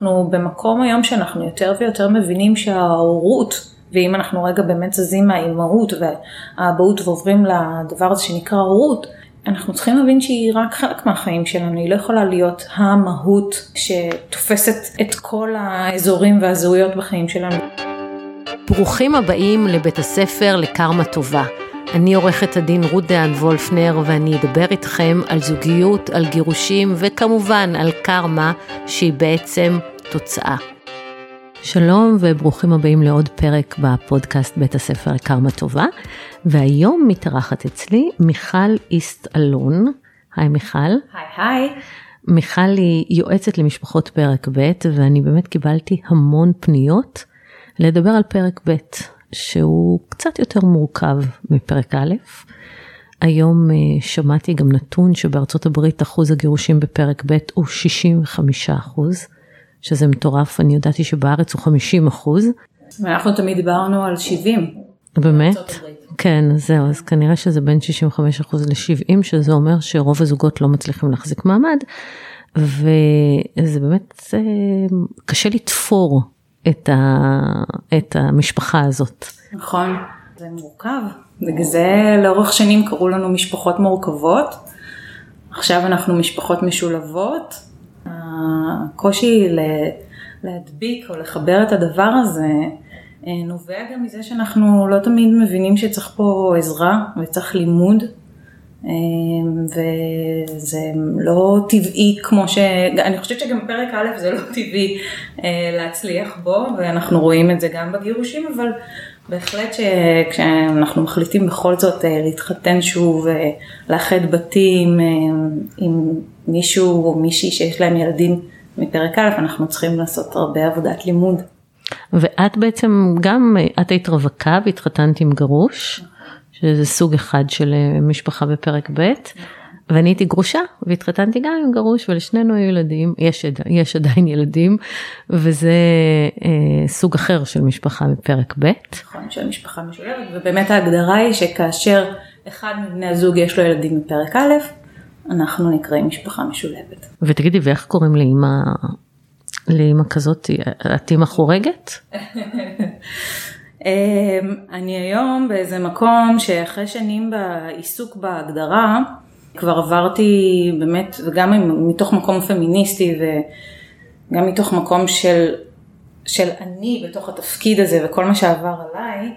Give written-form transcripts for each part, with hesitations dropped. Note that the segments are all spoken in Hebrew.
אנחנו במקום היום שאנחנו יותר ויותר מבינים שההורות, ואם אנחנו רגע באמת זזים מהאימהות והאבהות ועוברים לדבר הזה שנקרא הורות, אנחנו צריכים להבין שהיא רק חלק מהחיים שלנו, היא לא יכולה להיות המהות שתופסת את כל האזורים והזהויות בחיים שלנו. ברוכים הבאים לבית הספר לקרמה טובה. אני עורכת הדין רות דהן וולפנר, ואני אדבר איתכם על זוגיות, על גירושים, וכמובן על קרמה שהיא בעצם תוצאה. שלום וברוכים הבאים לעוד פרק בפודקאסט בית הספר לקרמה טובה, והיום מתארחת אצלי מיכל איסט אלון. היי מיכל. היי. מיכל היא יועצת למשפחות פרק ב', ואני באמת קיבלתי המון פניות לדבר על פרק ב', שהוא קצת יותר מורכב מפרק א'. היום שמעתי גם נתון שבארצות הברית אחוז הגירושים בפרק ב' הוא 65%, שזה מטורף. אני ידעתי שבארץ הוא 50%. ואנחנו תמיד דיברנו על 70. באמת? כן, זהו. אז כנראה שזה בין 65% ל-70%, שזה אומר שרוב הזוגות לא מצליחים להחזיק מעמד, וזה באמת קשה לתפור את המשפחה הזאת. נכון, זה מורכב. בגלל זה לאורך שנים קראו לנו משפחות מורכבות. עכשיו אנחנו משפחות משולבות. הקושי להדביק או לחבר את הדבר הזה נובע גם מזה שאנחנו לא תמיד מבינים שצריך פה עזרה וצריך לימוד. וזה לא טבעי כמו אני חושבת שגם פרק א' זה לא טבעי להצליח בו, ואנחנו רואים את זה גם בגירושים, אבל בהחלט שכשאנחנו מחליטים בכל זאת להתחתן שוב ולאחד בתים עם מישהו או מישהי שיש להם ילדים מפרק א', אנחנו צריכים לעשות הרבה עבודת לימוד. ואת בעצם גם, את היית רווקה והתחתנת עם גרוש, שזה סוג אחד של משפחה בפרק ב', ואני הייתי גרושה, והתחתנתי גם עם גרוש, ולשנינו היו ילדים, יש עדיין ילדים, וזה סוג אחר של משפחה בפרק ב'. נכון, של משפחה משולבת, ובאמת ההגדרה היא שכאשר אחד מבני הזוג יש לו ילדים מפרק א', אנחנו נקראים משפחה משולבת. ותגידי, ואיך קוראים לאמא כזאת? את אמא חורגת? אני היום באיזה מקום שאחרי שנים בעיסוק בהגדרה, כבר עברתי באמת, וגם מתוך מקום פמיניסטי, וגם מתוך מקום של אני בתוך התפקיד הזה, וכל מה שעבר עליי,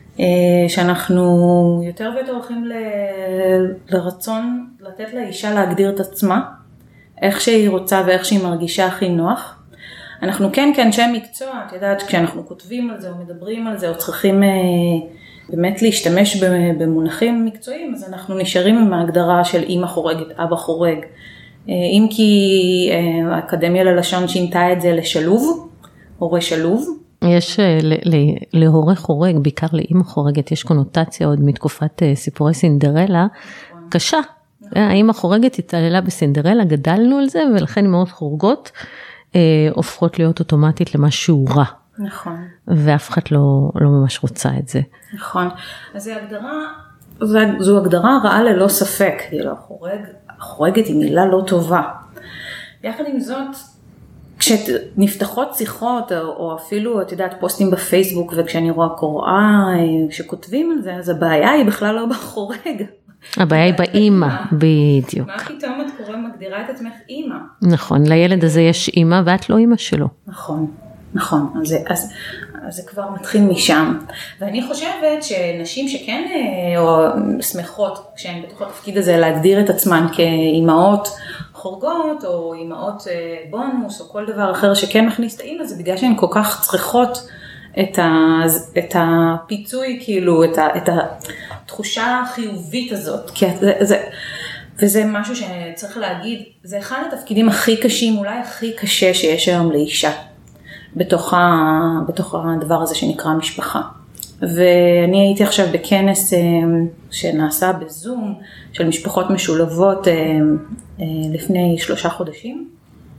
שאנחנו יותר ויותר הולכים לרצון לתת לאישה להגדיר את עצמה, איך שהיא רוצה ואיך שהיא מרגישה הכי נוח. אנחנו כן כאנשי מקצוע, את יודעת, כשאנחנו כותבים על זה או מדברים על זה, או צריכים באמת להשתמש במונחים מקצועיים, אז אנחנו נשארים עם ההגדרה של אמא חורגת, אבא חורג. אם כי האקדמיה ללשון שינתה את זה לשלוב, הורה שלוב. יש להורה חורג, בעיקר לאמא חורגת, יש קונוטציה עוד מתקופת סיפורי סינדרלה, קשה. האמא חורגת התעללה בסינדרלה, גדלנו על זה, ולכן אמהות חורגות הופכות להיות אוטומטית למשהו רע. נכון. ואף אחד לא ממש רוצה את זה. נכון. אז זו הגדרה רעה ללא ספק. החורגת היא מילה לא טובה. יחד עם זאת, כשנפתחות שיחות, או אפילו, את יודעת, פוסטים בפייסבוק, וכשאני רואה קוראה שכותבים על זה, אז הבעיה היא בכלל לא בחורג. הבעיה היא באמא, בדיוק. מה פתאום את מגדירה את עצמך אמא? נכון, לילד הזה יש אמא ואת לא אמא שלו. נכון, אז זה כבר מתחיל משם. ואני חושבת שנשים שכן שמחות כשהן בתוך התפקיד הזה להגדיר את עצמן כאימהות חורגות, או אימהות בונוס, או כל דבר אחר שכן מכניס את האמא, זה בגלל שהן כל כך צריכות את הפיצוי, כאילו, את התחושה החיובית הזאת, וזה משהו שצריך להגיד, זה אחד התפקידים הכי קשים, אולי הכי קשה שיש היום לאישה, בתוך הדבר הזה שנקרא משפחה. ואני הייתי עכשיו בכנס שנעשה בזום, של משפחות משולבות לפני 3 חודשים,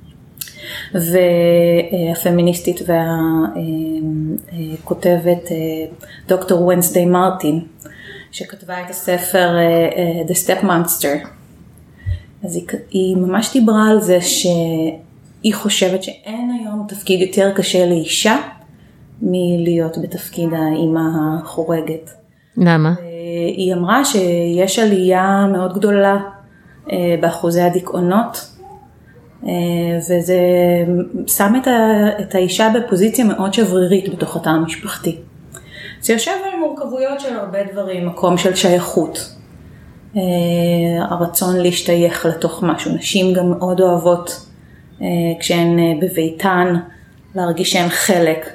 והפמיניסטית והכותבת דוקטור ונסדי מרטין, שכתבה את הספר The Step Monster. אז היא ממש דיברה על זה היא חושבת שאין היום תפקיד יותר קשה לאישה מלהיות בתפקיד האימא החורגת. למה? היא אמרה שיש עלייה מאוד גדולה באחוזי הדיכאונות, וזה שם את האישה בפוזיציה מאוד שברירית בתוך התא המשפחתי. זה יושב על מורכבויות של הרבה דברים, מקום של שייכות, הרצון להשתייך לתוך משהו. נשים גם מאוד אוהבות כשהן בביתן, להרגיש שהן חלק.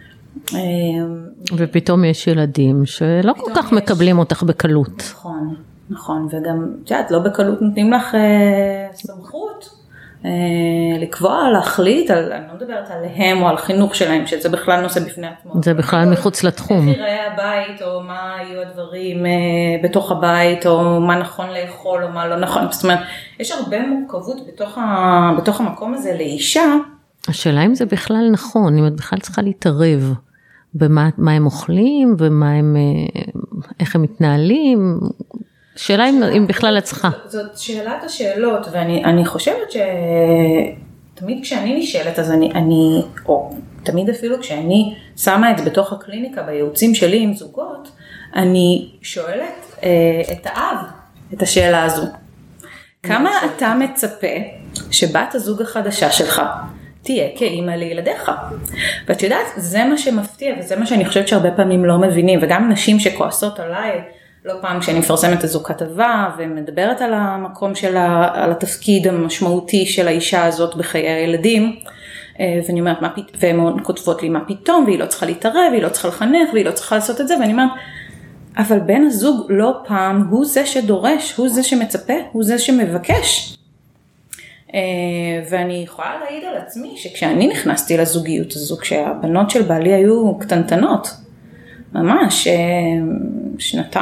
ופתאום יש ילדים שלא כל כך מקבלים אותך בקלות. נכון, נכון, וגם, לא בקלות נותנים לך סמכות. לקבוע, להחליט, אני לא מדברת עליהם או על חינוך שלהם, שזה בכלל נושא בפני עצמו. זה בכלל מחוץ לתחום. איך יראה הבית, או מה יהיו הדברים בתוך הבית, או מה נכון לאכול, או מה לא נכון. זאת אומרת, יש הרבה מורכבות בתוך המקום הזה לאישה. השאלה אם זה בכלל נכון, אם את בכלל צריכה להתערב במה הם אוכלים, איך הם מתנהלים. שאלה אם בכלל הצלחה. זאת שאלת השאלות, ואני חושבת שתמיד כשאני נשאלת, אז או תמיד אפילו כשאני שמה את זה בתוך הקליניקה, בייעוצים שלי עם זוגות, אני שואלת את האב, את השאלה הזו. כמה אתה מצפה שבת הזוג החדשה שלך תהיה כאימא לילדיך? ואת יודעת, זה מה שמפתיע, וזה מה שאני חושבת שהרבה פעמים לא מבינים, וגם נשים שכועסות עליי, לא פעם כשאני מפרסמת איזו כתבה ומדברת על המקום על התפקיד המשמעותי של האישה הזאת בחיי הילדים, ואני אומרת, והן כותבות לי מה פתאום, והיא לא צריכה להתערב, והיא לא צריכה לחנך, והיא לא צריכה לעשות את זה, ואני אומרת, אבל בן הזוג לא פעם הוא זה שדורש, הוא זה שמצפה, הוא זה שמבקש. ואני יכולה להעיד על עצמי שכשאני נכנסתי לזוגיות הזו, כשהבנות של בעלי היו קטנטנות, ממש 2.5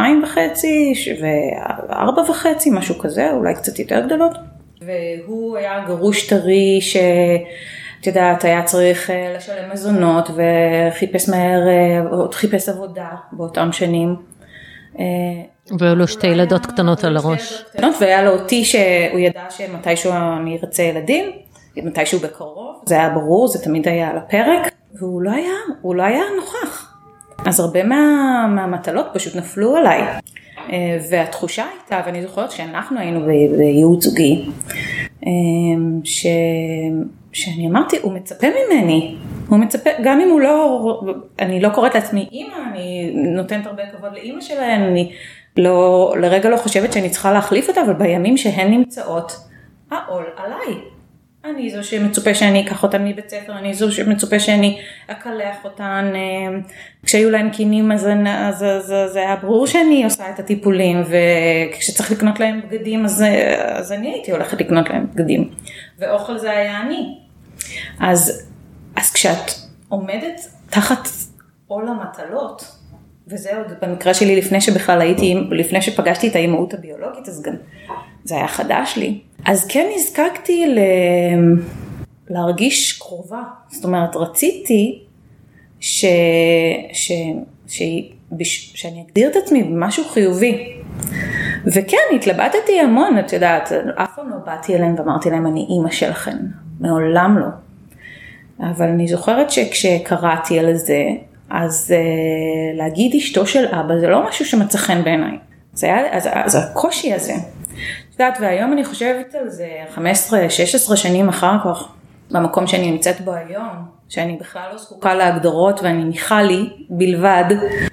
ו4.5, משהו כזה, אולי קצת יותר גדולות. והוא היה גרוש טרי שאת יודעת, היה צריך לשלם מזונות וחיפש מהר, עוד חיפש עבודה באותם שנים. והיו לו 2 ילדות קטנות על הראש. והיה לו אותי שהוא ידע שמתישהו אני ארצה ילדים, מתישהו בקרוב, זה היה ברור, זה תמיד היה על הפרק, והוא לא היה נוכח. אז הרבה מהמטלות פשוט נפלו עליי, והתחושה הייתה, ואני זוכרת שאנחנו היינו בייעוץ זוגי, שאני אמרתי, הוא מצפה ממני, הוא מצפה, גם אם הוא לא, אני לא קוראת לעצמי אימא, אני נותנת הרבה כבוד לאימא שלהן, אני לרגע לא חושבת שאני צריכה להחליף אותה, אבל בימים שהן נמצאות, העול עליי. אני זו שמצופה שאני אקח אותן מבית ספר, אני זו שמצופה שאני אקלח אותן, כשהיו להן קינים אז זה היה ברור שאני עושה את הטיפולים, וכשצריך לקנות להם בגדים אז אני הייתי הולכת לקנות להם בגדים, ואוכל זה היה אני. אז כשאת עומדת תחת עול המטלות, וזה עוד במקרה שלי לפני שפגשתי את האימהות הביולוגית, אז גם זה היה חדש לי. אז כן נזקקתי להרגיש קרובה. זאת אומרת, רציתי שאני אגדיר את עצמי במשהו חיובי. וכן, התלבטתי המון, את יודעת, אף פעם לא באתי אליהם ואמרתי להם, אני אימא שלכם. מעולם לא. אבל אני זוכרת שכשקראתי על זה, אז להגיד אשתו של אבא, זה לא משהו שמצא חן בעיניי. אז הקושי הזה. והיום אני חושבת על זה 15-16 שנים אחר כך, במקום שאני נמצאת בו היום, שאני בכלל לא זקוקה להגדרות ואני ניחה לי בלבד.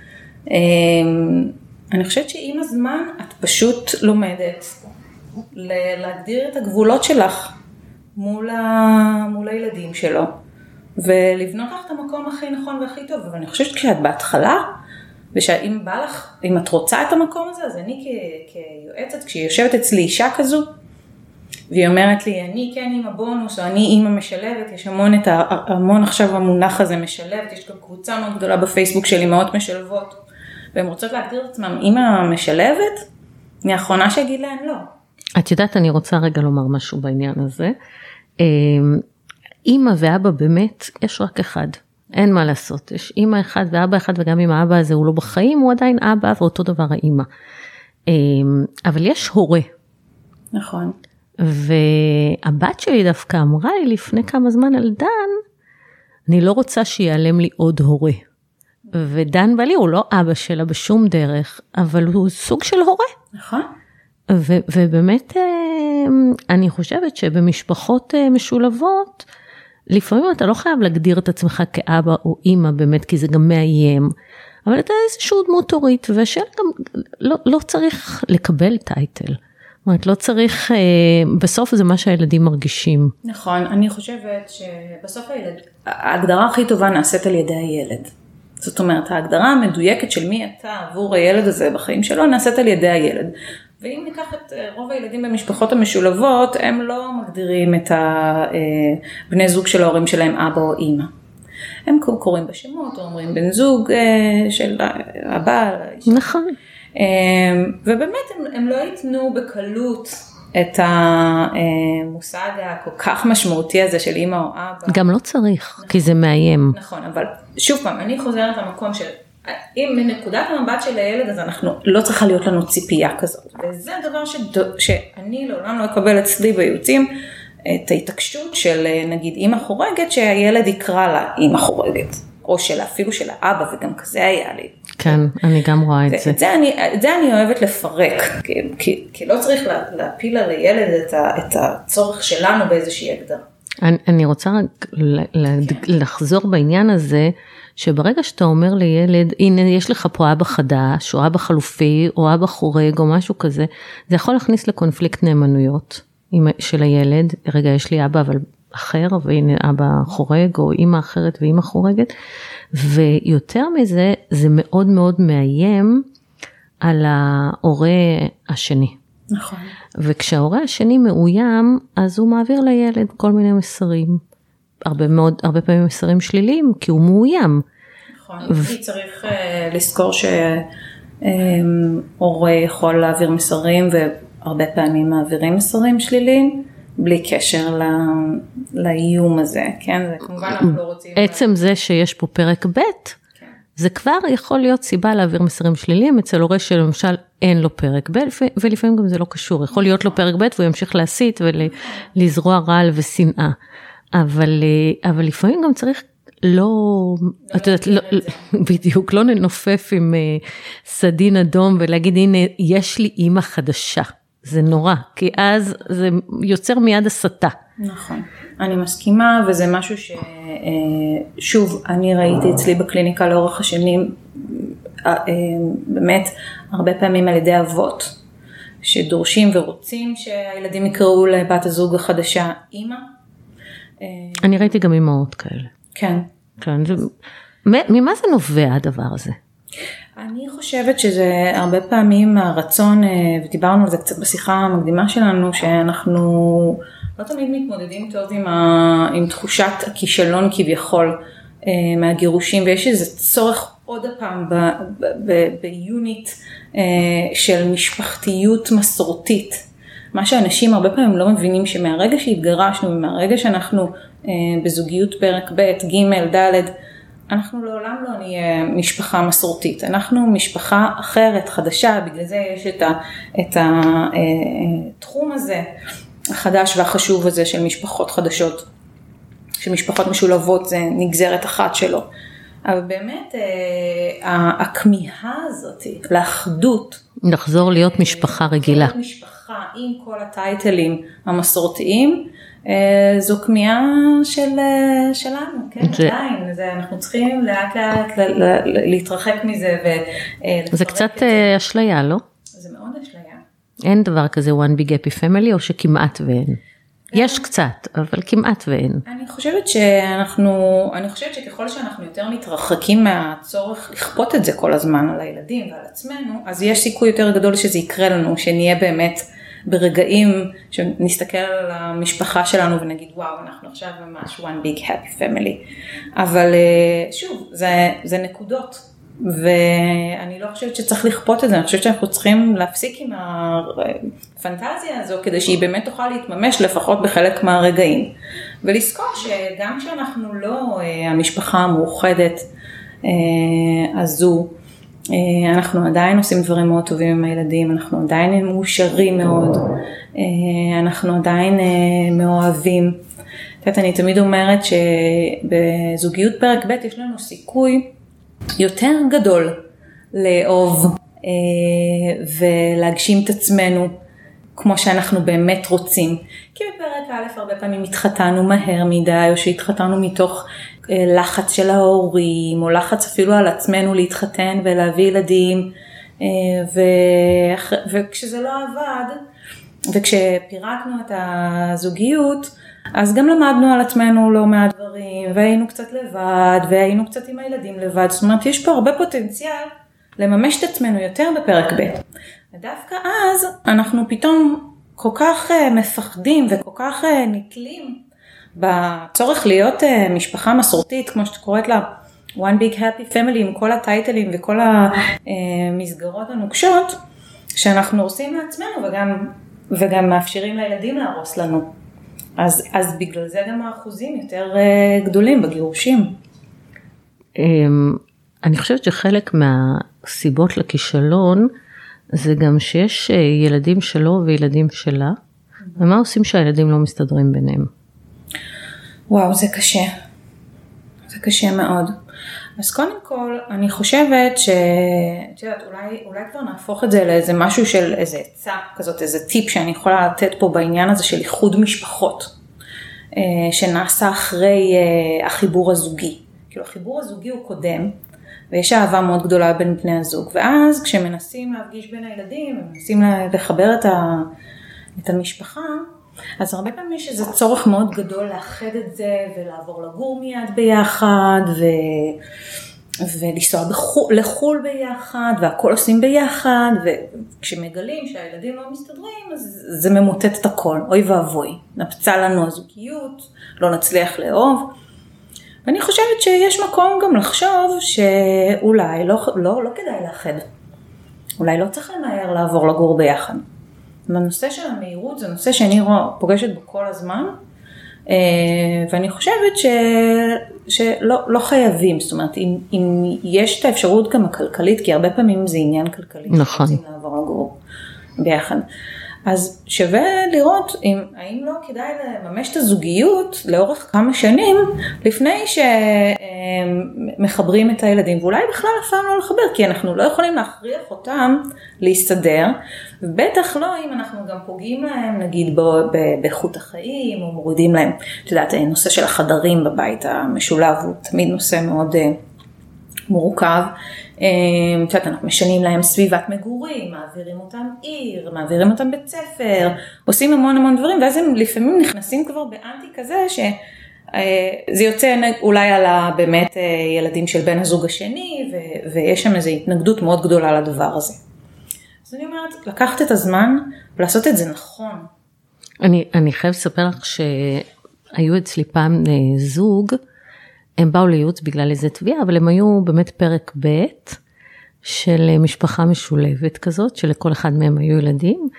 אני חושבת שעם הזמן את פשוט לומדת להגדיר את הגבולות שלך מול הילדים שלו, ולבנות לך את המקום הכי נכון והכי טוב. אבל אני חושבת כשאת בהתחלה, ושאם בא לך, אם את רוצה את המקום הזה, אז אני כיועצת, כשהיא יושבת אצלי אישה כזו, והיא אומרת לי, אני כן אימא בונוס, או אני אימא משלבת, יש המון עכשיו המונח הזה משלבת, יש גם קבוצה מאוד גדולה בפייסבוק של אימהות משלבות, והן רוצות להגדיר את עצמם אימא משלבת, אני האחרונה שאגיד להן לא. את יודעת, אני רוצה רגע לומר משהו בעניין הזה. אימא ואבא באמת, יש רק אחד. אין מה לעשות, יש אמא אחד ואבא אחד, וגם אם האבא הזה הוא לא בחיים, הוא עדיין אבא, ואותו דבר האמא. אבל יש הורה. נכון. והבת שלי דווקא אמרה לי לפני כמה זמן על דן, אני לא רוצה שיעלם לי עוד הורה. ודן בעלי הוא לא אבא שלה בשום דרך, אבל הוא סוג של הורה. נכון. ובאמת אני חושבת שבמשפחות משולבות, לפעמים אתה לא חייב להגדיר את עצמך כאבא או אמא באמת, כי זה גם מאיים, אבל אתה איזשהו דמות הורית, והשאלה גם לא צריך לקבל טייטל. זאת אומרת, לא צריך, בסוף זה מה שהילדים מרגישים. נכון, אני חושבת שבסוף ההגדרה הכי טובה נעשית על ידי הילד. זאת אומרת, ההגדרה המדויקת של מי אתה עבור הילד הזה בחיים שלו, נעשית על ידי הילד. ואם ניקח את רוב הילדים במשפחות המשולבות, הם לא מגדירים את בני זוג של ההורים שלהם אבא או אמא. הם קוראים בשמות, או אומרים בן זוג של הבעל. נכון. ובאמת הם לא ייתנו בקלות את המושג הכל כך משמעותי הזה של אמא או אבא. גם לא צריך, כי זה מאיים. נכון, אבל שוב פעם, אני חוזרת למקום של, אם מנקודת המבט של הילד, אז אנחנו לא צריכה להיות לנו ציפייה כזאת. וזה דבר שאני לעולם לא אקבל אצלי בייעוצים, את ההתעקשות של נגיד אמא חורגת, שהילד יקרא לה אמא חורגת. או אפילו של האבא, וגם כזה היה לי. כן, אני גם רואה את זה. את זה אני אוהבת לפרק, כי לא צריך להפיל על הילד את הצורך שלנו באיזושהי הגדרה. אני רוצה לחזור בעניין הזה, שברגע שאתה אומר לילד, הנה יש לך פה אבא חדש, או אבא חלופי, או אבא חורג, או משהו כזה, זה יכול להכניס לקונפליקט נאמנויות של הילד. רגע, יש לי אבא אבל אחר, והנה אבא חורג, או אמא אחרת ואמא חורגת, ויותר מזה, זה מאוד מאוד מאיים על ההורה השני. נכון. וכשההורה השני מאוים, אז הוא מעביר לילד כל מיני מסרים, הרבה פעמים מסרים שליליים, כי הוא מאוים. נכון, כי צריך לזכור שההורה יכול להעביר מסרים, והרבה פעמים מעבירים מסרים שליליים, בלי קשר לאיום הזה, כן? זה כמובן אנחנו לא רוצים... עצם זה שיש פה פרק ב', זה כבר יכול להיות סיבה להעביר מסרים שליליים, אצל הורה שלמשל אין לו פרק ב', ולפעמים גם זה לא קשור, יכול להיות לו פרק ב' והוא ימשיך להסית ולזרוע רעל ושנאה, אבל לפעמים גם צריך בדיוק, לא ננופף עם סדין אדום ולהגיד הנה יש לי אמא חדשה, זה נורא, כי אז זה יוצר מיד הסתה. נכון, אני מסכימה, וזה משהו ששוב, אני ראיתי אצלי בקליניקה לאורך השנים, באמת הרבה פעמים על ידי אבות, שדורשים ורוצים שהילדים יקראו לבת הזוג החדשה אמא. אני ראיתי גם אמהות כאלה. כן. ממה זה נובע הדבר הזה? אני חושבת שזה הרבה פעמים הרצון, ודיברנו על זה קצת בשיחה המקדימה שלנו, שאנחנו לא תמיד מתמודדים טוב עם תחושת הכישלון כביכול מהגירושים, ויש איזה צורך עוד הפעם ביוניט של משפחתיות מסורתית. מה שאנשים הרבה פעמים לא מבינים שמהרגע שהתגרשנו, ומהרגע שאנחנו בזוגיות פרק ב', ג', ד', אנחנו לעולם לא נהיה משפחה מסורתית, אנחנו משפחה אחרת, חדשה, בגלל זה יש את התחום הזה, החדש והחשוב הזה של משפחות חדשות, של משפחות משולבות, זה נגזרת אחת שלו. אבל באמת הכמיהה הזאת לאחדות, לחזור להיות משפחה רגילה. להיות משפחה עם כל הטייטלים המסורתיים, זו כמיהה שלנו, כן, עדיין, אנחנו צריכים לאט לאט להתרחק מזה. זה קצת אשליה, לא? זה מאוד אשליה. אין דבר כזה one big happy family, או שכמעט ואין? יש קצת, אבל כמעט ואין. אני חושבת שככל שאנחנו יותר מתרחקים מהצורך לכפות את זה כל הזמן על הילדים ועל עצמנו, אז יש סיכוי יותר גדול שזה יקרה לנו, שנהיה באמת ברגעים שנסתכל על המשפחה שלנו ונגיד וואו, אנחנו עכשיו ממש one big happy family. אבל שוב, זה נקודות. ואני לא חושבת שצריך לכפות את זה, אני חושבת שאנחנו צריכים להפסיק עם הפנטזיה הזו, כדי שהיא באמת תוכל להתממש לפחות בחלק מהרגעים. ולזכור שגם כשאנחנו לא המשפחה המאוחדת הזו, אנחנו עדיין עושים דברים מאוד טובים עם הילדים, אנחנו עדיין מאושרים מאוד, אנחנו עדיין מאוהבים. אני תמיד אומרת שבזוגיות פרק ב' יש לנו סיכוי יותר גדול לאהוב ולהגשים את עצמנו כמו שאנחנו באמת רוצים. כי בפרק א' הרבה פעמים התחתנו מהר מדי, או שהתחתנו מתוך לחץ של ההורים, או לחץ אפילו על עצמנו להתחתן ולהביא ילדים, וכשזה לא עבד, וכשפירקנו את הזוגיות, אז גם למדנו על עצמנו לא מעט דברים, והיינו קצת לבד, והיינו קצת עם הילדים לבד. זאת אומרת, יש פה הרבה פוטנציאל לממש את עצמנו יותר בפרק ב'. ודווקא אז אנחנו פתאום כל כך מפחדים וכל כך נתלים בצורך להיות משפחה מסורתית, כמו שאת קוראת לה, one big happy family, עם כל הטייטלים וכל המסגרות הנוקשות, שאנחנו עושים לעצמנו וגם מאפשרים לילדים להרוס לנו. אז בגלל זה גם האחוזים יותר גדולים בגירושים. אני חושבת שחלק מהסיבות לכישלון, זה גם שיש ילדים שלו וילדים שלה, ומה עושים שהילדים לא מסתדרים ביניהם? וואו, זה קשה. זה קשה מאוד. אז קודם כל, אני חושבת אולי כבר נהפוך את זה לאיזה משהו של איזה עצה כזאת, איזה טיפ שאני יכולה לתת פה בעניין הזה של איחוד משפחות, שנעשה אחרי החיבור הזוגי. כאילו החיבור הזוגי הוא קודם, ויש אהבה מאוד גדולה בין בני הזוג, ואז כשמנסים להפגיש בין הילדים, מנסים לחבר את המשפחה, אז הרבה פעמים יש איזה צורך מאוד גדול לאחד את זה, ולעבור לגור מיד ביחד, ולנסוע לחול ביחד, והכל עושים ביחד, וכשמגלים שהילדים לא מסתדרים, אז זה ממוטט את הכל, אוי ואבוי, נפצע לנו הזוגיות, לא נצליח לאהוב, ואני חושבת שיש מקום גם לחשוב שאולי לא כדאי לאחד. אולי לא צריך למהר לעבור לגור ביחד. הנושא של המהירות זה נושא שאני פוגשת בו כל הזמן, ואני חושבת שלא חייבים. זאת אומרת, אם יש את האפשרות גם הכלכלית, כי הרבה פעמים זה עניין כלכלי. נכון. רוצים לעבור לגור ביחד. אז שווה לראות האם לא כדאי לממש את הזוגיות לאורך כמה שנים לפני שמחברים את הילדים, ואולי בכלל אף פעם לא לחבר, כי אנחנו לא יכולים להכריח אותם להסתדר, ובטח לא אם אנחנו גם פוגעים להם נגיד באיכות החיים, או מורידים להם, את יודעת, הנושא של החדרים בבית המשולב הוא תמיד נושא מאוד מורכב, אנחנו משנים להם סביבת מגורים, מעבירים אותם עיר, מעבירים אותם בית ספר, עושים המון דברים, ואז הם לפעמים נכנסים כבר באנטי כזה, שזה יוצא אולי על באמת ילדים של בן הזוג השני, ויש שם איזו התנגדות מאוד גדולה לדבר הזה. אז אני אומרת, לקחת את הזמן ולעשות את זה נכון. אני חייב לספר לך שהיו אצלי פעם זוג, הם באו לייעוץ בגלל איזה תביעה, אבל הם היו באמת פרק ב' של משפחה משולבת כזאת, שלכל אחד מהם היו ילדים,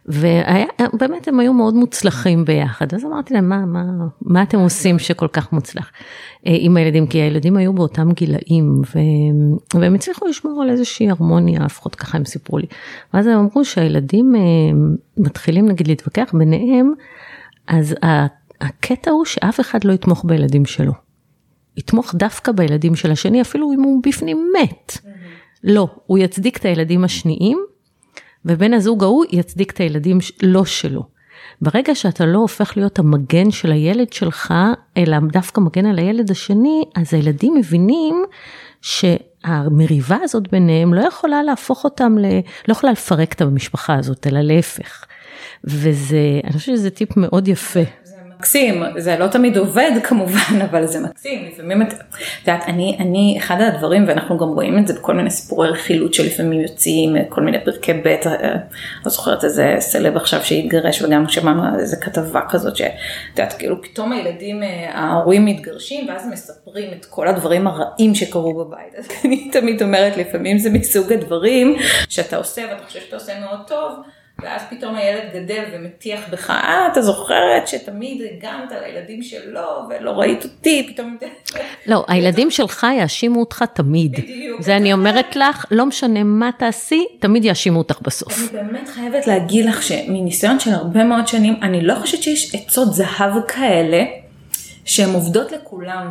ובאמת הם היו מאוד מוצלחים ביחד, אז אמרתי להם, מה אתם עושים שכל כך מוצלח עם הילדים? כי הילדים היו באותם גילאים, והם הצליחו לשמור על איזושהי הרמוניה, לפחות ככה הם סיפרו לי. ואז הם אמרו שהילדים מתחילים נגיד להתווכח ביניהם, אז הקטע הוא שאף אחד לא יתמוך בילדים שלו. יתמוך דווקא בילדים של השני, אפילו אם הוא בפנים מת. לא, הוא יצדיק את הילדים השניים, ובן הזוג ההוא יצדיק את הילדים לא שלו. ברגע שאתה לא הופך להיות המגן של הילד שלך, אלא דווקא מגן על הילד השני, אז הילדים מבינים שהמריבה הזאת ביניהם לא יכולה להפוך אותם, לא יכולה לפרק את המשפחה הזאת, אלא להפך. אני חושבת שזה טיפ מאוד יפה. מקסים, זה לא תמיד עובד כמובן, אבל זה מקסים. לפעמים את יודעת, אני, אחד הדברים, ואנחנו גם רואים את זה בכל מיני סיפורי רכילות שלפעמים יוצאים, כל מיני פרקי ב', לא זוכרת איזה סלב עכשיו שהתגרש, וגם שמענו איזה כתבה כזאת, שאת כאילו פתאום הילדים, ההורים מתגרשים, ואז מספרים את כל הדברים הרעים שקרו בבית. אז אני תמיד אומרת, לפעמים זה מסוג הדברים שאתה עושה, ואתה חושב שאתה עושה מאוד טוב, ואז פתאום הילד גדל ומטיח בך, אתה זוכרת שתמיד הגנת על הילדים שלו, ולא ראית אותי, פתאום... לא, הילדים שלך יאשימו אותך תמיד. בדיוק. זה אני אומרת לך, לא משנה מה תעשי, תמיד יאשימו אותך בסוף. אני באמת חייבת להגיד לך שמניסיון של הרבה מאוד שנים, אני לא חושבת שיש עצות זהב כאלה, שהן עובדות לכולם.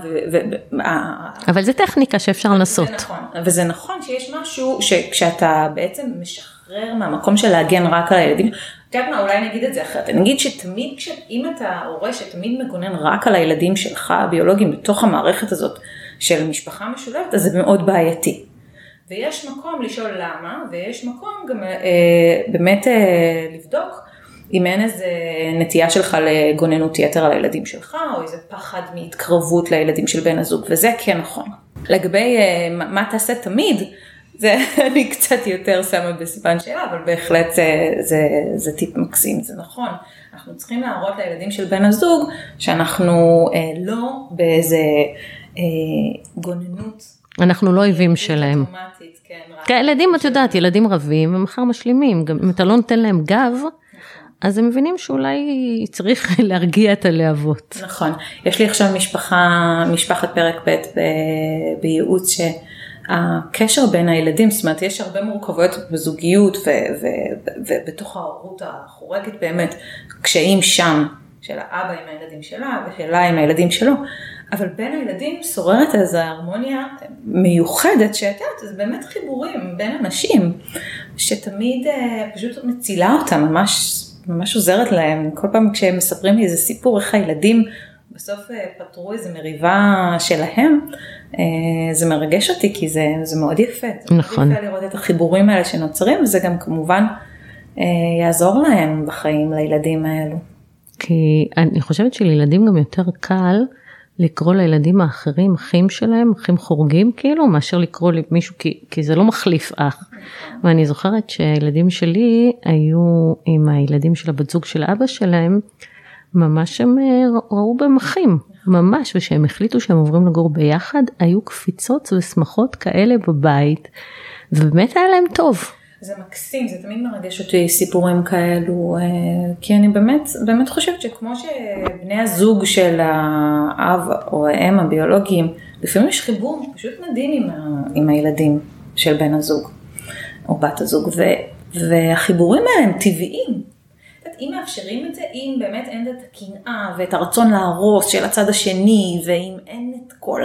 אבל זה טכניקה שאפשר לנסות. זה נכון, וזה נכון שיש משהו שכשאתה בעצם משחרר מהמקום של להגן רק על הילדים, אתה יודעת מה, אולי נגיד את זה אחרת, נגיד שתמיד, אם אתה הורה שתמיד מגונן רק על הילדים שלך, הביולוגיים, בתוך המערכת הזאת של משפחה משולבת, אז זה מאוד בעייתי. ויש מקום לשאול למה, ויש מקום גם באמת לבדוק, אם אין איזה נטייה שלך לגוננות יתר על הילדים שלך, או איזה פחד מהתקרבות לילדים של בן הזוג, וזה כן נכון. לגבי מה תעשה תמיד, זה אני קצת יותר שמה בסימן שאלה, אבל בהחלט זה טיפ מקסים, זה נכון. אנחנו צריכים להראות לילדים של בן הזוג, שאנחנו לא באיזה גוננות. אנחנו לא אויבים שלהם. כן, ילדים, את יודעת, ילדים רבים, ומחר משלימים, גם אם אתה לא נותן להם גב, אז הם מבינים שאולי צריך להרגיע את הלהבות. נכון. יש לי עכשיו משפחת פרק ב' בייעוץ שהקשר בין הילדים, זאת אומרת, יש הרבה מורכבויות בזוגיות ובתוך ההורות החורגת באמת, קשיים שם של האבא עם הילדים שלה ושלה עם הילדים שלו, אבל בין הילדים שוררת איזו הרמוניה מיוחדת שאת יודעת, זה באמת חיבורים בין אנשים, שתמיד פשוט מצילה אותם, ממש עוזרת להם. כל פעם כשהם מספרים לי איזה סיפור, איך הילדים בסוף פתרו איזו מריבה שלהם, זה מרגש אותי, כי זה מאוד יפה. נכון. זה מאוד יפה לראות את החיבורים האלה שנוצרים, וזה גם כמובן יעזור להם בחיים, לילדים האלו. כי אני חושבת שלילדים גם יותר קל לקרוא לילדים האחרים, אחים שלהם, אחים חורגים כאילו, מאשר לקרוא למישהו, כי זה לא מחליף אח. ואני זוכרת שהילדים שלי היו עם הילדים של הבת זוג של אבא שלהם, ממש הם ראו בהם אחים, ממש, ושהם החליטו שהם עוברים לגור ביחד, היו קפיצות ושמחות כאלה בבית, ובאמת היה להם טוב. זה מקסים, זה תמיד מרגש אותי סיפורים כאלו, כי אני באמת חושבת שכמו שבני הזוג של האב או האם הביולוגיים, לפעמים יש חיבור פשוט מדהים עם הילדים של בן הזוג או בת הזוג, והחיבורים האלה הם טבעיים. אם מאפשרים את זה, אם באמת אין את הקנאה ואת הרצון להרוס של הצד השני, ואם אין את כל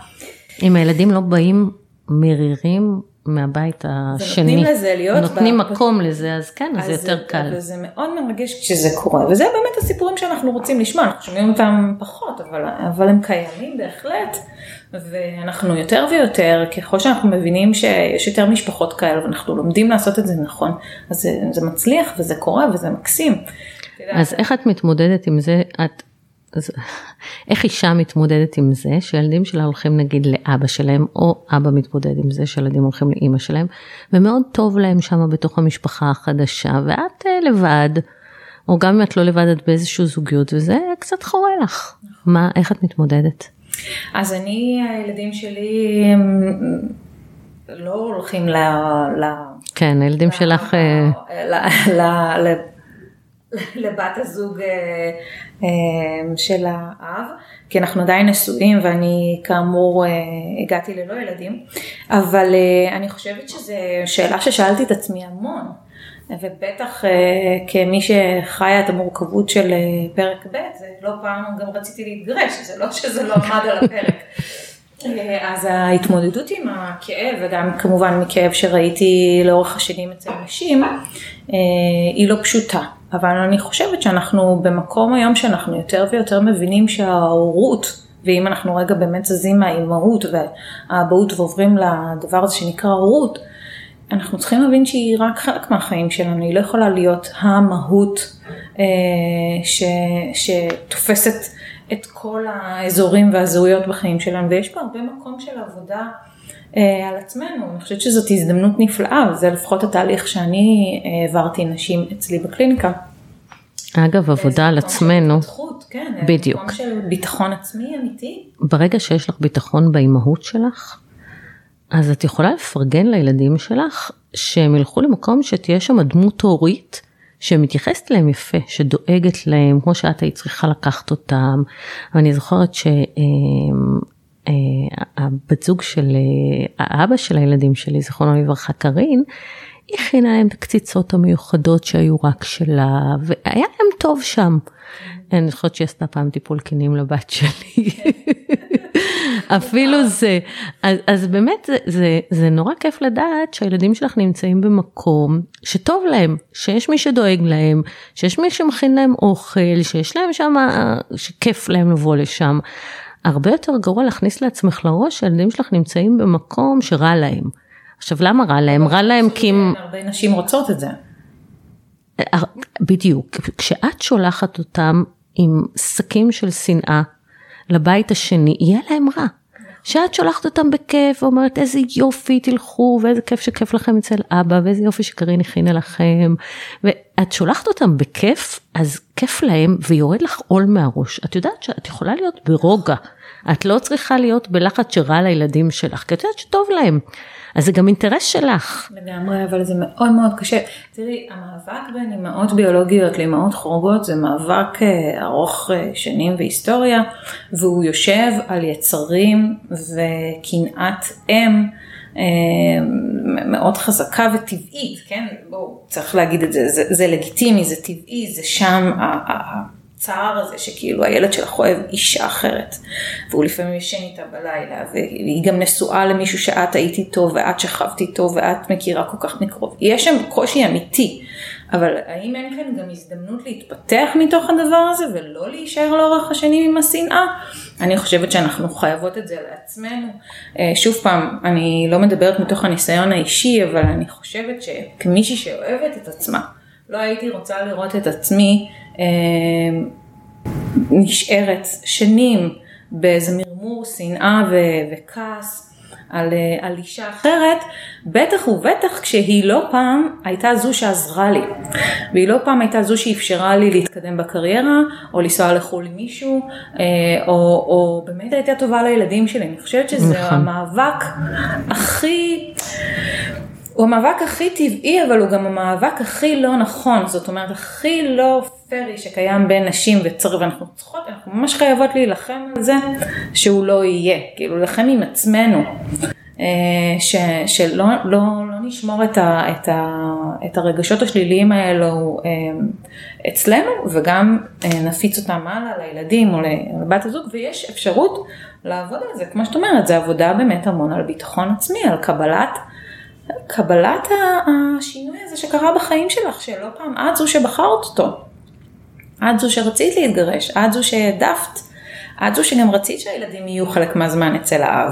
אם הילדים לא באים מרירים, מהבית השני, ונותנים לזה להיות, נותנים מקום לזה, אז כן, אז זה יותר קל. וזה מאוד מרגש כשזה קורה, וזה באמת הסיפורים שאנחנו רוצים לשמוע, אנחנו שומעים אותם פחות, אבל הם קיימים בהחלט, ואנחנו יותר ויותר, ככל שאנחנו מבינים שיש יותר משפחות כאלה, ואנחנו לומדים לעשות את זה נכון, אז זה מצליח וזה קורה וזה מקסים. אז איך את מתמודדת עם זה, איך אישה מתמודדת עם זה, שילדים שלה הולכים נגיד לאבא שלהם, או אבא מתמודד עם זה, שילדים הולכים לאמא שלהם, ומאוד טוב להם שם בתוך המשפחה החדשה, ואת לבד, או גם אם את לא לבד, את באיזשהו זוגיות, וזה קצת חורה לך. איך את מתמודדת? אז הילדים שלי לא הולכים כן, הילדים שלך לבת הזוג של האב, כי אנחנו עדיין נשואים, ואני כאמור הגעתי ללא ילדים, אבל אני חושבת שזו שאלה ששאלתי את עצמי המון, ובטח כמי שחיה את המורכבות של פרק ב', זה לא פעם גם רציתי להתגרש, זה לא שזה לא עמד על הפרק. אז ההתמודדות עם הכאב, וגם כמובן מכאב שראיתי לאורך השנים אצל נשים, היא לא פשוטה. אבל אני חושבת שאנחנו במקום היום שאנחנו יותר ויותר מבינים שההורות, ואם אנחנו רגע באמת זזים מהאימהות והאבהות ועוברים לדבר הזה שנקרא הורות, אנחנו צריכים להבין שהיא רק חלק מהחיים שלנו, היא לא יכולה להיות המהות שתופסת את כל האזורים והזהויות בחיים שלנו, ויש פה הרבה מקום של עבודה על עצמנו. אני חושבת שזאת הזדמנות נפלאה, וזה לפחות התהליך שאני העברתי נשים אצלי בקליניקה. אגב, עבודה על עצמנו. כן, בדיוק. מקום של ביטחון עצמי אמיתי. ברגע שיש לך ביטחון באימהות שלך, אז את יכולה לפרגן לילדים שלך, שהם ילכו למקום שתהיה שם דמות הורית, שמתייחסת להם יפה, שדואגת להם, כמו שאת היית צריכה לקחת אותם, ואני זוכרת שהבת זוג של, האבא של הילדים שלי, זכרונו לברכה קרין, היא הכינה להם את הקציצות המיוחדות שהיו רק שלה, והיה להם טוב שם. אני זוכרת שהיא עשתה פעם טיפול קינים לבת שלי. אפילו זה. אז באמת זה נורא כיף לדעת שהילדים שלך נמצאים במקום שטוב להם, שיש מי שדואג להם, שיש מי שמכין להם אוכל, שיש להם שם, שכיף להם לבוא לשם. הרבה יותר גרוע להכניס לעצמך לראש שהילדים שלך נמצאים במקום שרע להם. עכשיו למה רע להם? רע להם כי... הרבה נשים רוצות את זה. בדיוק. כשאת שולחת אותם עם שקים של שנאה לבית השני, יהיה להם רע. שאת שולחת אותם בכיף, ואומרת איזה יופי תלכו, ואיזה כיף שכיף לכם אצל אבא, ואיזה יופי שקרין הכינה לכם, ואת שולחת אותם בכיף, אז כיף להם, ויורד לך עול מהראש. את יודעת שאת יכולה להיות ברוגע, את לא צריכה להיות בלחץ שרע לילדים שלך, כי את יודעת שטוב להם. אז זה גם אינטרס שלך. לגמרי, אבל זה מאוד מאוד קשה. תראי, המאבק בין אמהות ביולוגיות לאמהות חורגות, זה מאבק ארוך שנים והיסטוריה, והוא יושב על יצרים וקנאת אם מאוד חזקה וטבעית, כן? בואו, צריך להגיד את זה, זה לגיטימי, זה טבעי, זה שם הצער הזה שכאילו הילד שלך אוהב אישה אחרת, והוא לפעמים ישן איתה בלילה, והיא גם נשואה למישהו שאת היית איתו, ואת שכבת איתו, ואת מכירה כל כך מקרוב. יש שם קושי אמיתי, אבל האם אין כאן גם הזדמנות להתפתח מתוך הדבר הזה, ולא להישאר לאורך השנים עם השנאה? אני חושבת שאנחנו חייבות את זה לעצמנו. שוב פעם, אני לא מדברת מתוך הניסיון האישי, אבל אני חושבת שכמישהי שאוהבת את עצמה, לא הייתי רוצה לראות את עצמי נשארת שנים באיזה מרמור, שנאה וכעס על אישה אחרת, בטח ובטח כשהיא לא פעם הייתה זו שעזרה לי, והיא לא פעם הייתה זו שאפשרה לי להתקדם בקריירה, או לנסוע לחו"ל עם מישהו, או באמת הייתה טובה לילדים שלי. אני חושבת שזה המאבק הוא המאבק הכי טבעי, אבל הוא גם המאבק הכי לא נכון, זאת אומרת, הכי לא פרי שקיים בין נשים ואנחנו צריכות, אנחנו ממש חייבות להילחם על זה, שהוא לא יהיה, כאילו לחם עם עצמנו, שלא נשמור את הרגשות השליליים האלו אצלנו, וגם נפיץ אותם הלאה לילדים או לבת הזוג, ויש אפשרות לעבוד על זה, כמו שאת אומרת, זה עבודה באמת המון על ביטחון עצמי, על קבלת השינוי הזה שקרה בחיים שלך, שלא פעם את זו שבחרת אותו, את זו שרצית להתגרש, את זו שהעדפת, את זו שגם רצית שהילדים יהיו חלק מהזמן אצל האב.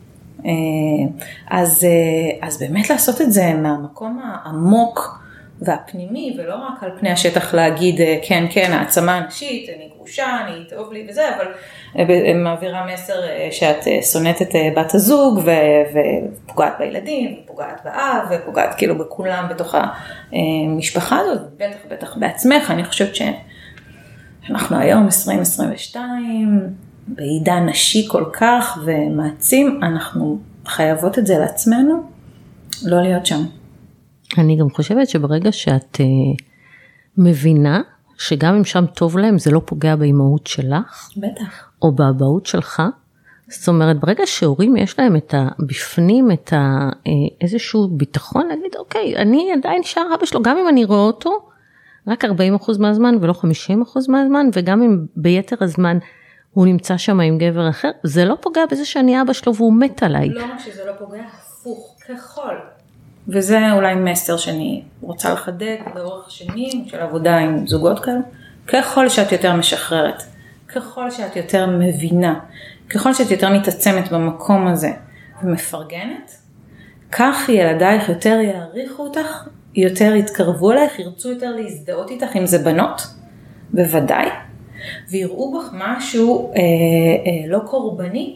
אז באמת לעשות את זה מהמקום העמוק והפנימי, ולא רק על פני השטח להגיד כן, העצמה הנשית, אני גרושה, אני טוב לי וזה, אבל מעבירה מסר שאת שונאת את בת הזוג ופוגעת בילדים, ופוגעת באב, ופוגעת כאילו בכולם בתוך המשפחה הזאת, בטח בעצמך. אני חושבת שאנחנו היום 2022, בעידן נשי כל כך ומעצים, אנחנו חייבות את זה לעצמנו, לא להיות שם. אני גם חושבת שברגע שאת מבינה שגם אם שם טוב להם, זה לא פוגע באימהות שלך. בטח. או באבהות שלך. זאת אומרת, ברגע שהורים יש להם בפנים את איזשהו ביטחון, להגיד, אוקיי, אני עדיין נשאר אבא שלו, גם אם אני רואה אותו, רק 40% מהזמן ולא 50% מהזמן, וגם אם ביתר הזמן הוא נמצא שם עם גבר אחר, זה לא פוגע בזה שאני אבא שלו והוא מת עליי. לא רק שזה לא פוגע, הפוך, ככל. וזה אולי מסר שאני רוצה לחדד לאורך השנים של עבודה עם זוגות כאלה. ככל שאת יותר משחררת, ככל שאת יותר מבינה, ככל שאת יותר מתעצמת במקום הזה ומפרגנת, כך ילדייך יותר יעריכו אותך, יותר יתקרבו אלייך, ירצו יותר להזדהות איתך, אם זה בנות, בוודאי, ויראו בך משהו לא קורבני,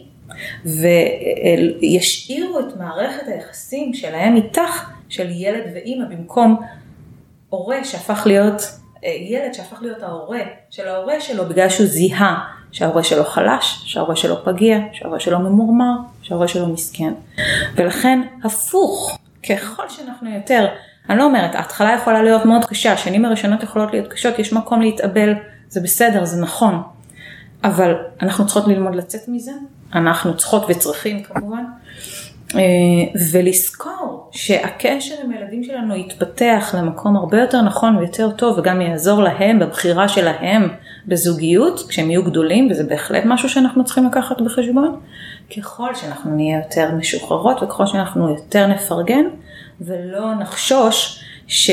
וישאירו את מערכת היחסים שלהם איתך, של ילד ואמא, במקום הורה שהפך להיות, ילד שהפך להיות ההורה של ההורה שלו, בגלל שהוא זיהה שההורה שלו חלש, שההורה שלו פגיע, שההורה שלו ממורמר, שההורה שלו מסכן. ולכן הפוך, ככל שאנחנו יותר אני לא אומרת, ההתחלה יכולה להיות מאוד קשה, השנים הראשונות יכולות להיות קשות, יש מקום להתאבל, זה בסדר, זה נכון. אבל אנחנו צריכות ללמוד לצאת מזה, אנחנו צריכות וצריכים כמובן, ולזכור שהקשר עם הילדים שלנו יתפתח למקום הרבה יותר נכון ויותר טוב, וגם יעזור להם בבחירה שלהם בזוגיות, כשהם יהיו גדולים, וזה בהחלט משהו שאנחנו צריכים לקחת בחשבון, ככל שאנחנו נהיה יותר משוחררות, וככל שאנחנו יותר נפרגן, ולא נחשוש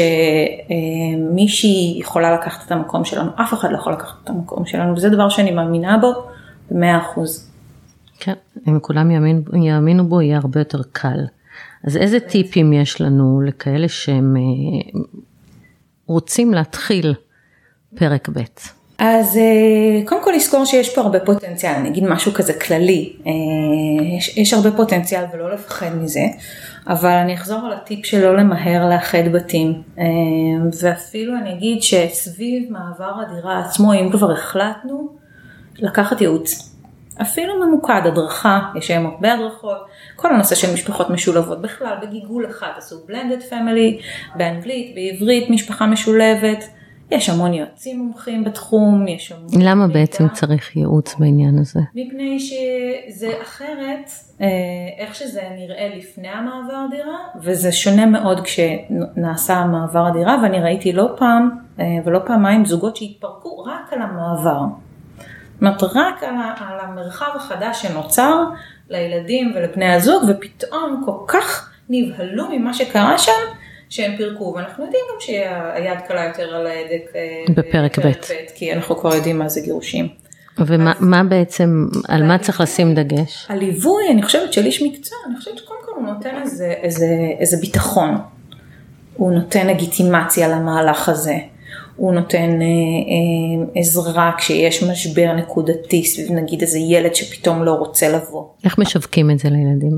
שמישהי יכולה לקחת את המקום שלנו, אף אחד לא יכול לקחת את המקום שלנו, וזה דבר שאני מאמינה בו ב100%. כן, אם כולם יאמינו בו, יהיה הרבה יותר קל. אז איזה טיפים יש לנו לכאלה שהם רוצים להתחיל פרק ב'? אז קודם כל לזכור שיש פה הרבה פוטנציאל, אני אגיד משהו כזה כללי, יש הרבה פוטנציאל ולא לפחד מזה, אבל אני אחזור על הטיפ שלא למהר לאחד בתים, ואפילו אני אגיד שסביב מעבר הדירה עצמו, אם כבר החלטנו, לקחת ייעוץ. אפילו ממוקד, הדרכה, יש היום הרבה הדרכות, כל הנושא של משפחות משולבות בכלל, בגיגול אחד, עשו blended family, באנגלית, בעברית, משפחה משולבת, יש המון יועצים מומחים בתחום, יש המון... למה בעצם צריך ייעוץ בעניין הזה? מפני שזה אחרת, איך שזה נראה לפני המעבר דירה, וזה שונה מאוד כשנעשה המעבר הדירה, ואני ראיתי לא פעם ולא פעמיים זוגות שהתפרקו רק על המעבר. זאת אומרת, רק על המרחב החדש שנוצר לילדים ולבני הזוג, ופתאום כל כך נבהלו ממה שקרה שם, שהם פירקו, ואנחנו יודעים גם שהיד קלה יותר על ההדק בפרק ב', כי אנחנו כבר יודעים מה זה גירושים. ומה בעצם, על מה צריך לשים דגש? הליווי, אני חושבת של איש מקצוע, אני חושבת שקודם כל הוא נותן איזה ביטחון, הוא נותן לגיטימציה למהלך הזה, הוא נותן עזרה כשיש משבר נקודתי, סביב נגיד איזה ילד שפתאום לא רוצה לבוא. איך משווקים את זה לילדים?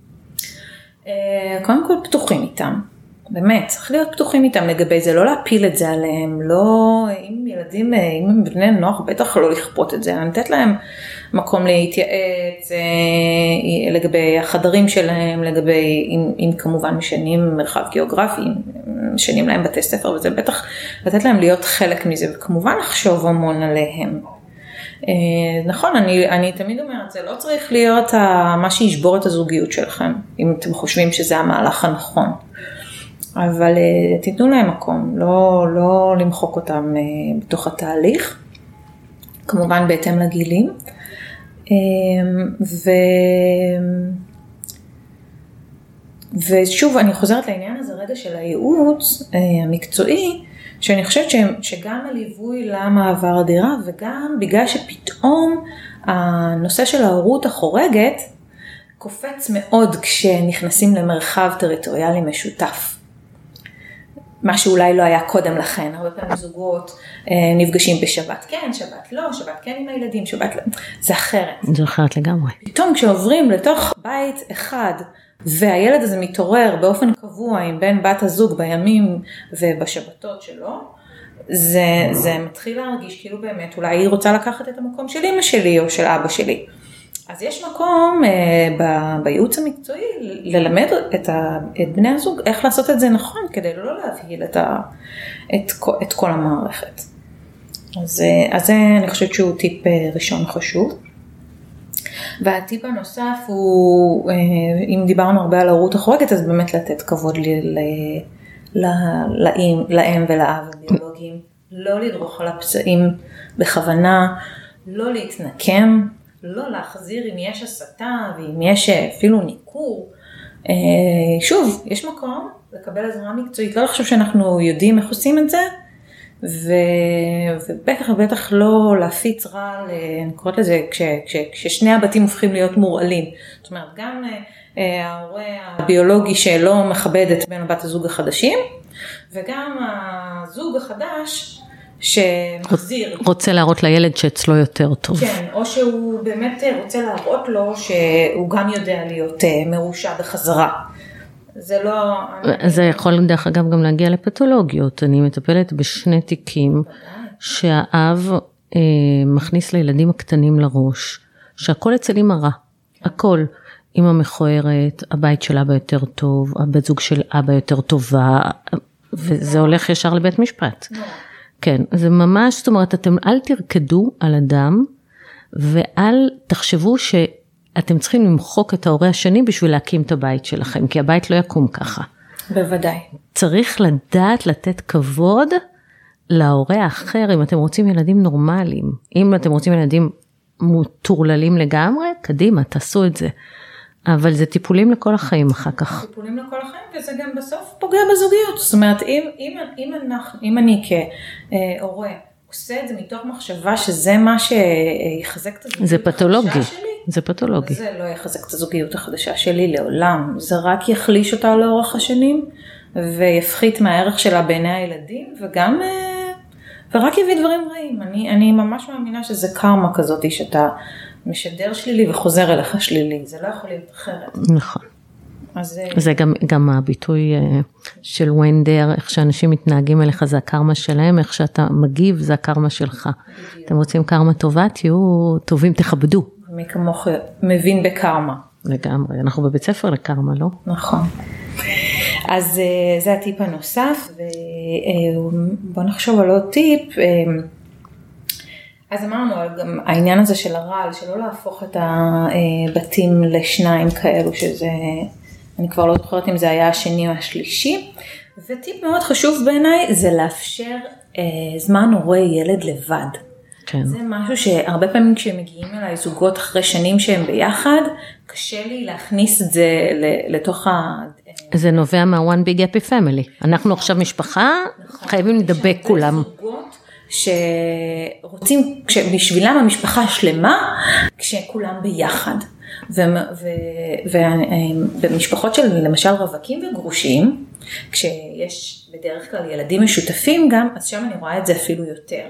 קודם כל פתוחים איתם. באמת, צריך להיות פתוחים איתם לגבי זה, לא להפיל את זה עליהם, לא, אם ילדים, אם הם בני נוח, בטח לא לכפות את זה, לתת להם מקום להתייעץ, לגבי החדרים שלהם, לגבי, אם כמובן משנים מרחב גיאוגרפי, משנים להם בתי ספר, וזה בטח לתת להם להיות חלק מזה, וכמובן לחשוב המון עליהם. נכון, אני תמיד אומרת, זה לא צריך להיות מה שישבור את הזוגיות שלכם, אם אתם חושבים שזה המהלך הנכון. אבל תיתנו להם מקום, לא למחוק אותם בתוך התהליך, כמובן בהתאם לגילים. ושוב, אני חוזרת לעניין הזה רגע של הייעוץ המקצועי, שאני חושבת שגם הליווי למעבר הדירה, וגם בגלל שפתאום הנושא של ההורות החורגת, קופץ מאוד כשנכנסים למרחב טריטוריאלי משותף. מה שאולי לא היה קודם לכן, הרבה פעמים זוגות נפגשים בשבת כן, שבת לא, שבת כן עם הילדים, שבת לא, זה אחרת. זה אחרת לגמרי. פתאום כשעוברים לתוך בית אחד, והילד הזה מתעורר באופן קבוע עם בן בת הזוג בימים ובשבתות שלו, זה מתחיל להרגיש כאילו באמת, אולי היא רוצה לקחת את המקום של אמא שלי או של אבא שלי. אז יש מקום בייעוץ המקצועי ללמד את בני הזוג איך לעשות את זה נכון, כדי לא להבהיל את כל המערכת. אז זה אני חושבת שהוא טיפ ראשון חשוב. והטיפ הנוסף הוא, אם דיברנו הרבה על ההורות החורגת, אז באמת לתת כבוד לאם ולאב הביולוגיים, לא לדרוך על הפצעים בכוונה, לא להתנקם, לא להחזיר אם יש הסתה ואם יש אפילו ניכור. שוב, יש מקום לקבל עזרה מקצועית, לא לחשוב שאנחנו יודעים איך עושים את זה, ובטח לא להפיץ רע, אני קוראת לזה, כששני הבתים הופכים להיות מורעלים. זאת אומרת, גם ההורה הביולוגי שלא מכבד את בן ובת הזוג החדשים, וגם הזוג החדש שמחזיר. רוצה להראות לילד שאצלו יותר טוב. כן, או שהוא באמת רוצה להראות לו שהוא גם יודע להיות מרושע בחזרה. זה לא... זה יכול דרך אגב גם להגיע לפתולוגיות. אני מטפלת בשני תיקים שהאב מכניס לילדים הקטנים לראש, שהכל אצל אמא רע, הכל. אמא מכוערת, הבית של אבא יותר טוב, הבת זוג של אבא יותר טובה, וזה הולך ישר לבית משפט. כן, זה ממש, זאת אומרת, אתם אל תרקדו על אדם, ואל תחשבו שאתם צריכים למחוק את ההורה השני בשביל להקים את הבית שלכם, כי הבית לא יקום ככה. בוודאי. צריך לדעת לתת כבוד להורה האחר, אם אתם רוצים ילדים נורמליים, אם אתם רוצים ילדים מוטורללים לגמרי, קדימה, תעשו את זה. אבל זה טיפולים לכל החיים אחר כך. טיפולים לכל החיים, וזה גם בסוף פוגע בזוגיות. זאת אומרת, אם אני כהורה עושה את זה מתוך מחשבה שזה מה שיחזק את הזוגיות זה פתולוגי. החדשה שלי, זה פתולוגי. זה לא יחזק את הזוגיות החדשה שלי לעולם. זה רק יחליש אותה לאורך השנים, ויפחית מהערך שלה בעיני הילדים, ורק יביא דברים רעים. אני ממש מאמינה שזה קרמה כזאת, שאתה משדר שלילי וחוזר אליך שלילי. זה לא יכול להיות אחרת. נכון. זה גם הביטוי של ונדר, איך שאנשים מתנהגים אליך זה הקרמה שלהם, איך שאתה מגיב זה הקרמה שלך. אתם רוצים קרמה טובה, תהיו טובים, תכבדו. מי כמוך מבין בקרמה. לגמרי, אנחנו בבית ספר לקרמה, לא? נכון. אז זה הטיפ הנוסף, ובוא נחשוב על עוד טיפ. אז אמרנו גם העניין הזה של הרעל, שלא להפוך את הבתים לשניים כאלו, שזה, אני כבר לא זוכרת אם זה היה השני או השלישי, וטיפ מאוד חשוב בעיניי זה לאפשר זמן הורה ילד לבד. כן. זה משהו שהרבה פעמים כשמגיעים אליי זוגות אחרי שנים שהם ביחד, קשה לי להכניס את זה לתוך זה נובע מה-One Big Happy Family. אנחנו עכשיו משפחה, חייבים לדבק כולם. שרוצים, בשבילם המשפחה שלמה, כשכולם ביחד. ובמשפחות של למשל רווקים וגרושים, כשיש בדרך כלל ילדים משותפים גם, אז שם אני רואה את זה אפילו יותר.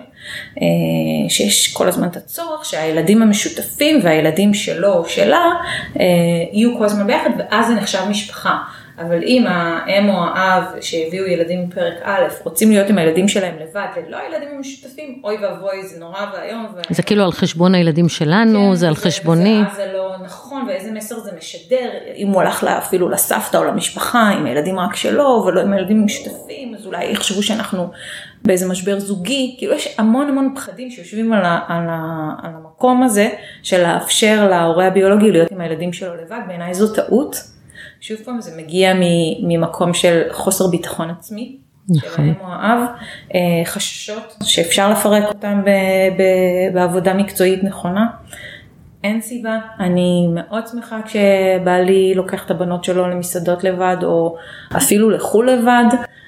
שיש כל הזמן את הצורך שהילדים המשותפים והילדים שלו או שלה יהיו כל הזמן ביחד, ואז זה נחשב משפחה. אבל אם האם או האב שהביאו ילדים בפרק א' רוצים להיות עם הילדים שלהם לבד, ולא הילדים המשותפים, אוי ואבוי, זה נורא והיום. זה כאילו על חשבון הילדים שלנו, כן, זה על חשבוני. זה לא נכון, ואיזה מסר זה משדר, אם הוא הלך אפילו לסבתא או למשפחה, עם הילדים רק שלו, ולא עם הילדים המשותפים, אז אולי יחשבו שאנחנו באיזה משבר זוגי, כאילו יש המון המון פחדים שיושבים על המקום הזה, של לאפשר להורה הביולוגי להיות עם הילדים שלו לבד, בעיניי זו טעות. שוב פעם זה מגיע ממקום של חוסר ביטחון עצמי, של האם או האב, חששות שאפשר לפרק אותם בעבודה מקצועית נכונה. אין סיבה, אני מאוד שמחה כשבעלי לוקח את הבנות שלו למסעדות לבד, או אפילו לחול לבד.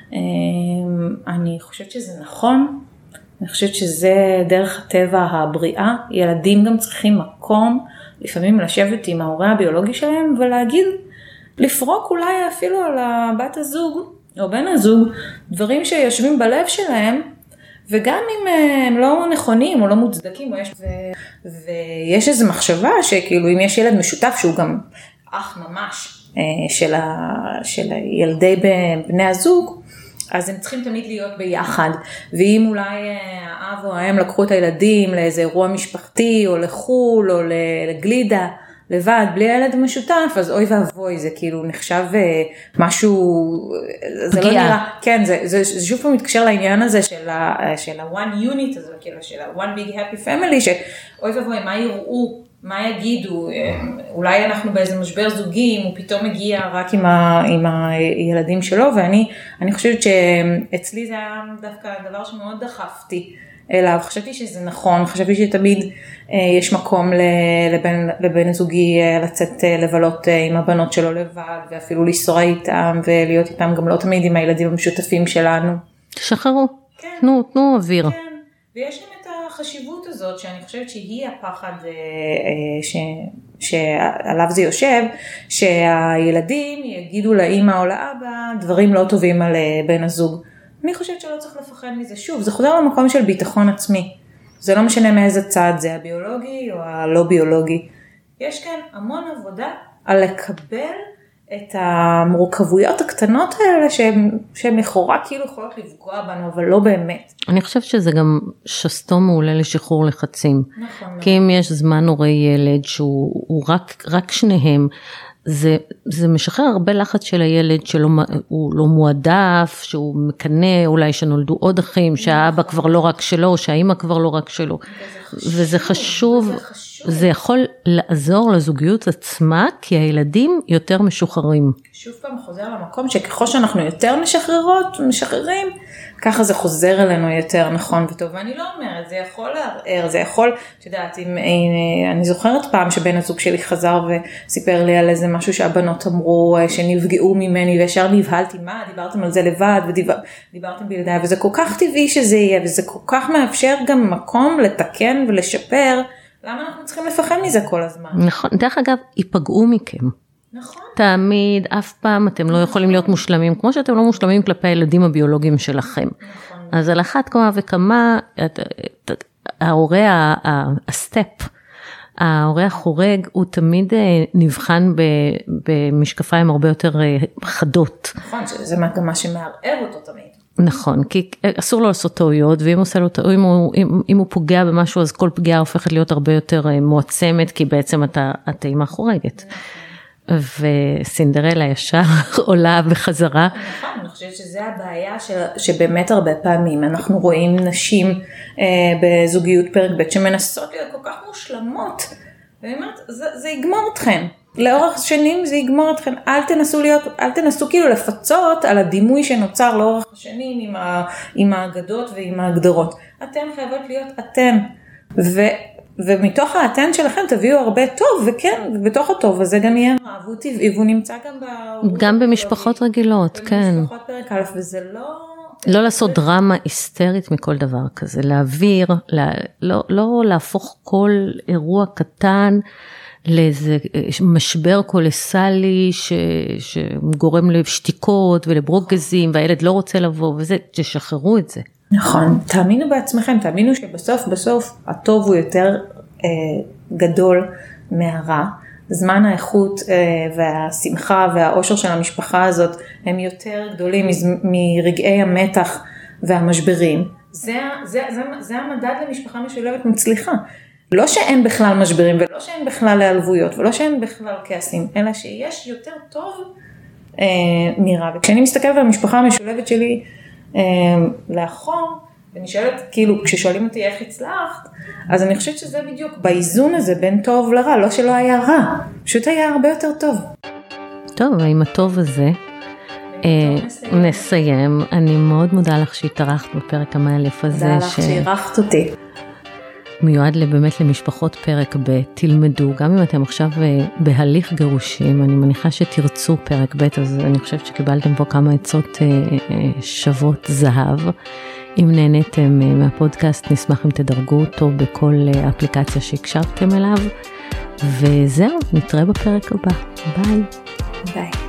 אני חושבת שזה נכון, אני חושבת שזה דרך הטבע הבריאה. ילדים גם צריכים מקום, לפעמים לשבת עם ההורה הביולוגי שלהם ולהגיד, לפרוק אולי אפילו על בת הזוג או בן הזוג, דברים שיושבים בלב שלהם, וגם אם הם לא נכונים או לא מוצדקים, ויש איזו מחשבה שכאילו אם יש ילד משותף שהוא גם אח ממש של ילדי בני הזוג, אז הם צריכים תמיד להיות ביחד, ואם אולי האב או האם לקחו את הילדים לאיזה אירוע משפחתי או לחול או לגלידה, לבד, בלי הילד המשותף, אז אוי ואבוי, זה כאילו נחשב משהו, זה לא נראה, כן, זה שוב פעם מתקשר לעניין הזה של ה-one unit, הזה, כאילו, של ה-one big happy family, שאוי ואבוי, מה יראו, מה יגידו, אולי אנחנו באיזה משבר זוגי, אם הוא פתאום מגיע רק עם הילדים שלו, ואני חושבת שאצלי זה היה דווקא דבר שמאוד דחפתי, אליו, חשבתי שזה נכון, חשבתי שתמיד יש מקום לבן זוגי לצאת לבלות עם הבנות שלו לבד, ואפילו לנסוע איתם ולהיות איתם גם לא תמיד עם הילדים המשותפים שלנו. תשחררו, כן, תנו אוויר. כן, ויש גם את החשיבות הזאת שאני חושבת שהיא הפחד שעליו זה יושב, שהילדים יגידו לאמא או לאבא דברים לא טובים על בן הזוג. אני חושבת שלא צריך לפחד מזה. שוב, זה חוזר למקום של ביטחון עצמי. זה לא משנה מאיזה צד זה, הביולוגי או הלא ביולוגי. יש כאן המון עבודה על לקבל את המורכבויות הקטנות האלה שהן לכאורה כאילו יכולות לפגוע בנו, אבל לא באמת. אני חושבת שזה גם שסתום מעולה לשחרור לחצים. נכון. כי אם יש זמן הורי ילד שהוא רק שניהם, זה משחרר הרבה לחץ של הילד שהוא לא מועדף, שהוא מקנה, אולי שנולדו עוד אחים, שהאבא כבר לא רק שלו, שהאמא כבר לא רק שלו. וזה חשוב. זה יכול לעזור לזוגיות עצמה, כי הילדים יותר משוחררים. שוב פעם חוזר למקום שככל שאנחנו יותר משחררים, ככה זה חוזר אלינו יותר נכון וטוב. ואני לא אומרת, זה יכול לערער, זה יכול, שדעת, אני זוכרת פעם שבן הזוג שלי חזר וסיפר לי על איזה משהו שהבנות אמרו, שנפגעו ממני, וישר נבהלתי, מה, דיברתם על זה לבד, ודיברתם בלעדיי, וזה כל כך טבעי שזה יהיה, וזה כל כך מאפשר גם מקום לתקן ולשפר, למה אנחנו צריכים לפחד מזה כל הזמן? נכון, דרך אגב, ייפגעו מכם. נכון. תמיד, אף פעם אתם לא יכולים להיות מושלמים, כמו שאתם לא מושלמים כלפי הילדים הביולוגיים שלכם. נכון. אז על אחת כמה וכמה, ההורה הסטפ, ההורה החורג, הוא תמיד נבחן במשקפיים הרבה יותר חדות. נכון, שזה גם מה שמערער אותו תמיד. נכון, כי אסור לו לעשות טעויות, ואם אם הוא פוגע במשהו, אז כל פגיעה הופכת להיות הרבה יותר מועצמת, כי בעצם אתה אימא חורגת. וסינדרלה ישר עולה בחזרה. נכון, אני חושבת שזה הבעיה שבאמת הרבה פעמים אנחנו רואים נשים בזוגיות פרק ב' שמנסות להיות כל כך מושלמות, ואני אומרת, זה יגמור אתכן. לאורך שנים זה יגמור אתכן, אל תנסו כאילו לפצות על הדימוי שנוצר לאורך השנים עם האגדות ועם ההגדרות. אתן חייבות להיות אתן, ומתוך האתן שלכם תביאו הרבה טוב, וכן, בתוך הטוב הזה גם יהיה אהבות טבעי, והוא נמצא גם במשפחות רגילות, כן. במשפחות פרק א', וזה לא לעשות דרמה היסטרית מכל דבר כזה, להעביר, לא להפוך כל אירוע קטן, לאיזה משבר קולסלי שגורם לשתיקות ולברוגזים, והילד לא רוצה לבוא, וזה, תשחררו את זה. נכון, תאמינו בעצמכם, תאמינו שבסוף הטוב הוא יותר גדול מהרע. זמן האיכות והשמחה והאושר של המשפחה הזאת הם יותר גדולים מרגעי המתח והמשברים. זה המדד למשפחה משולבת מצליחה. לא שאין בכלל משברים, ולא שאין בכלל להלבויות, ולא שאין בכלל כעסים, אלא שיש יותר טוב מרע. וכשאני מסתכלת על המשפחה המשולבת שלי לאחור, ואני שואלת, כאילו, כששואלים אותי איך הצלחת, אז אני חושבת שזה בדיוק באיזון הזה בין טוב לרע, לא שלא היה רע, פשוט היה הרבה יותר טוב. טוב, עם הטוב הזה נסיים. אני מאוד מודה לך שהתארחת בפרק המאלף הזה. תודה לך שהתארחת אותי. מיועד באמת למשפחות פרק ב', תלמדו, גם אם אתם עכשיו בהליך גירושים, אני מניחה שתרצו פרק ב', אז אני חושבת שקיבלתם פה כמה עצות שוות זהב. אם נהניתם מהפודקאסט, נשמח אם תדרגו אותו בכל אפליקציה שהקשבתם אליו, וזהו, נתראה בפרק הבא. ביי. ביי.